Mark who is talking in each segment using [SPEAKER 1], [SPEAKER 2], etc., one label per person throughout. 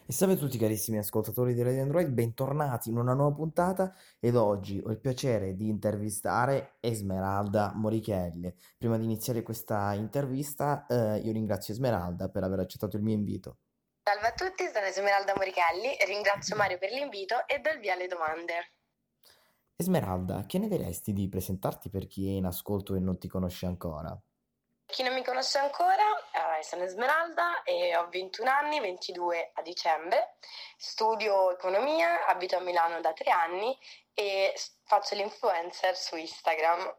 [SPEAKER 1] E salve a tutti carissimi ascoltatori di Radio Android, bentornati in una nuova puntata ed oggi ho il piacere di intervistare Esmeralda Morichelli. Prima di iniziare questa intervista, io ringrazio Esmeralda per aver accettato il mio invito.
[SPEAKER 2] Salve a tutti, sono Esmeralda Morichelli, ringrazio Mario per l'invito e do il via alle domande.
[SPEAKER 1] Esmeralda, che ne diresti di presentarti per chi è in ascolto e non ti conosce ancora?
[SPEAKER 2] Chi non mi conosce ancora, sono Esmeralda e ho 21 anni, 22 a dicembre, studio economia, abito a Milano da 3 anni e faccio l'influencer su Instagram.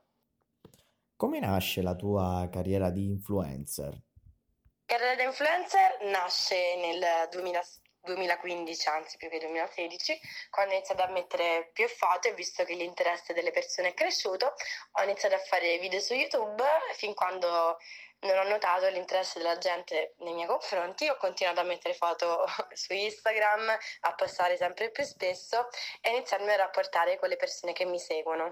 [SPEAKER 1] Come nasce la tua carriera di influencer?
[SPEAKER 2] Carriera da influencer nasce nel 2015, anzi più che 2016, quando ho iniziato a mettere più foto e visto che l'interesse delle persone è cresciuto, ho iniziato a fare video su YouTube fin quando non ho notato l'interesse della gente nei miei confronti. Ho continuato a mettere foto su Instagram, a postare sempre più spesso e iniziarmi a rapportare con le persone che mi seguono.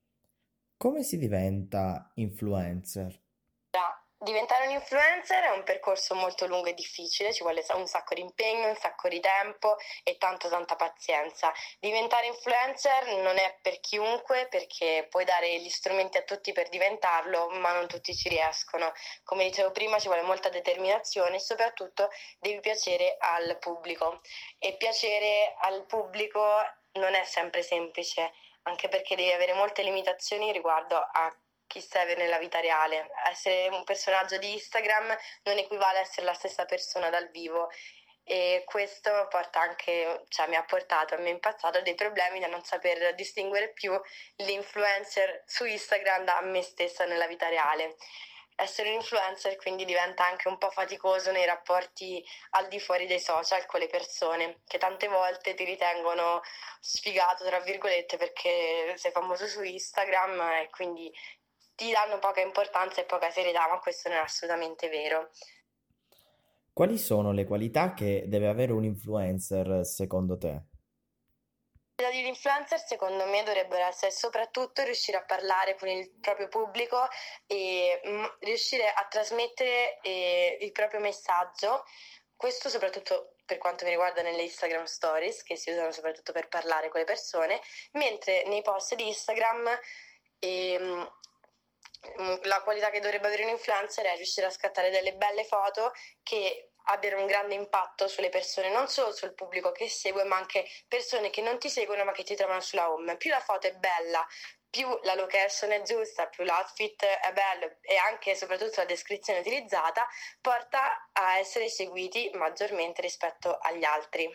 [SPEAKER 1] Come si diventa influencer?
[SPEAKER 2] Diventare un influencer è un percorso molto lungo e difficile, ci vuole un sacco di impegno, un sacco di tempo e tanta pazienza. Diventare influencer non è per chiunque perché puoi dare gli strumenti a tutti per diventarlo, ma non tutti ci riescono. Come dicevo prima, ci vuole molta determinazione e soprattutto devi piacere al pubblico. E piacere al pubblico non è sempre semplice, anche perché devi avere molte limitazioni riguardo a chi serve nella vita reale. Essere un personaggio di Instagram non equivale a essere la stessa persona dal vivo e questo porta anche, cioè mi ha portato a me in passato dei problemi da non saper distinguere più l'influencer su Instagram da me stessa nella vita reale. Essere un influencer quindi diventa anche un po' faticoso nei rapporti al di fuori dei social con le persone, che tante volte ti ritengono sfigato, tra virgolette, perché sei famoso su Instagram e quindi ti danno poca importanza e poca serietà, ma questo non è assolutamente vero.
[SPEAKER 1] Quali sono le qualità che deve avere un influencer secondo te?
[SPEAKER 2] La di influencer secondo me dovrebbero essere soprattutto riuscire a parlare con il proprio pubblico e riuscire a trasmettere il proprio messaggio, questo soprattutto per quanto mi riguarda nelle Instagram Stories, che si usano soprattutto per parlare con le persone, mentre nei post di Instagram la qualità che dovrebbe avere un influencer è riuscire a scattare delle belle foto che abbiano un grande impatto sulle persone, non solo sul pubblico che segue, ma anche persone che non ti seguono ma che ti trovano sulla home. Più la foto è bella, più la location è giusta, più l'outfit è bello e anche e soprattutto la descrizione utilizzata porta a essere seguiti maggiormente rispetto agli altri.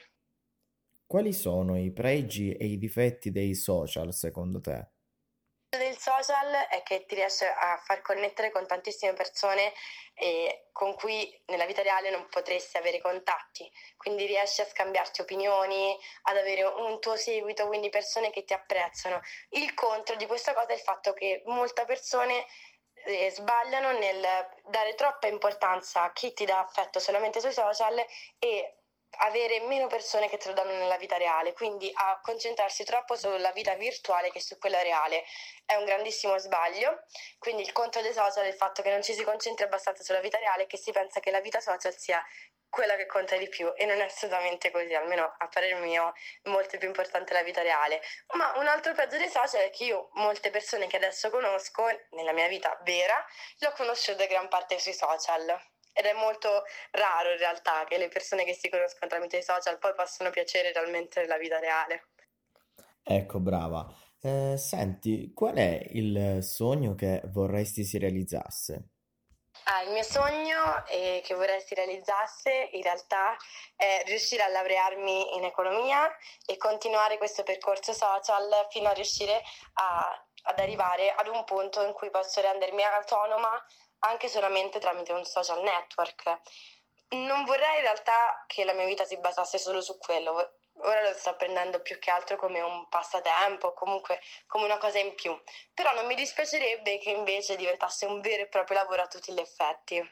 [SPEAKER 1] Quali sono i pregi e i difetti dei social secondo te?
[SPEAKER 2] Del social è che ti riesce a far connettere con tantissime persone con cui nella vita reale non potresti avere contatti, quindi riesci a scambiarti opinioni, ad avere un tuo seguito, quindi persone che ti apprezzano. Il contro di questa cosa è il fatto che molte persone sbagliano nel dare troppa importanza a chi ti dà affetto solamente sui social e avere meno persone che te lo danno nella vita reale, quindi a concentrarsi troppo sulla vita virtuale che su quella reale è un grandissimo sbaglio. Quindi il contro dei social è il fatto che non ci si concentri abbastanza sulla vita reale e che si pensa che la vita social sia quella che conta di più e non è assolutamente così, almeno a parer mio è molto più importante la vita reale. Ma un altro peggio dei social è che io molte persone che adesso conosco nella mia vita vera le ho conosciute gran parte sui social. Ed è molto raro in realtà che le persone che si conoscono tramite i social poi possano piacere realmente nella vita reale.
[SPEAKER 1] Ecco, brava. Senti, qual è il sogno che vorresti si realizzasse?
[SPEAKER 2] Il mio sogno che vorrei si realizzasse in realtà è riuscire a laurearmi in economia e continuare questo percorso social fino a riuscire ad arrivare ad un punto in cui posso rendermi autonoma anche solamente tramite un social network. Non vorrei in realtà che la mia vita si basasse solo su quello. Ora lo sto prendendo più che altro come un passatempo, comunque come una cosa in più. Però non mi dispiacerebbe che invece diventasse un vero e proprio lavoro a tutti gli effetti.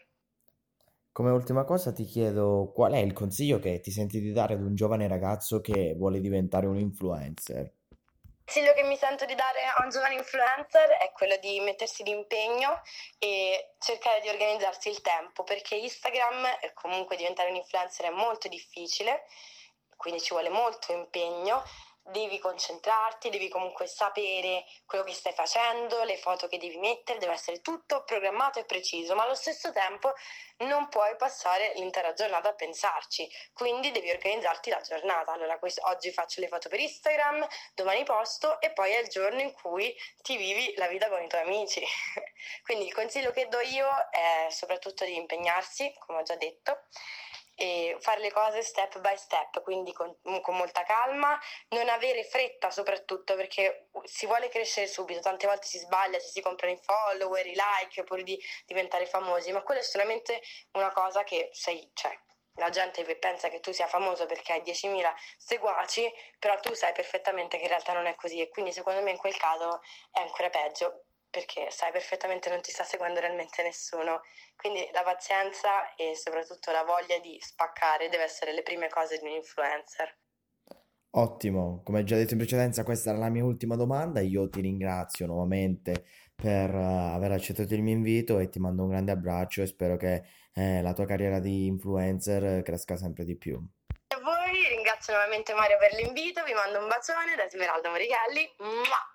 [SPEAKER 1] Come ultima cosa ti chiedo qual è il consiglio che ti senti di dare ad un giovane ragazzo che vuole diventare un influencer?
[SPEAKER 2] consiglio che mi sento di dare a un giovane influencer è quello di mettersi d'impegno e cercare di organizzarsi il tempo, perché Instagram e comunque diventare un influencer è molto difficile, quindi ci vuole molto impegno. Devi concentrarti, devi comunque sapere quello che stai facendo, le foto che devi mettere, deve essere tutto programmato e preciso, ma allo stesso tempo non puoi passare l'intera giornata a pensarci, quindi devi organizzarti la giornata. Allora, oggi faccio le foto per Instagram, domani posto e poi è il giorno in cui ti vivi la vita con i tuoi amici. Quindi il consiglio che do io è soprattutto di impegnarsi, come ho già detto, e fare le cose step by step, quindi con molta calma, non avere fretta soprattutto perché si vuole crescere subito, tante volte si sbaglia se si comprano i follower, i like oppure di diventare famosi, ma quello è solamente una cosa che cioè, la gente pensa che tu sia famoso perché hai 10.000 seguaci, però tu sai perfettamente che in realtà non è così e quindi secondo me in quel caso è ancora peggio perché sai perfettamente non ti sta seguendo realmente nessuno. Quindi la pazienza e soprattutto la voglia di spaccare deve essere le prime cose di un influencer.
[SPEAKER 1] Ottimo, come già detto in precedenza, questa era la mia ultima domanda. Io ti ringrazio nuovamente per aver accettato il mio invito e ti mando un grande abbraccio e spero che la tua carriera di influencer cresca sempre di più.
[SPEAKER 2] A voi ringrazio nuovamente Mario per l'invito, vi mando un bacione da Esmeralda Morichelli. Mua!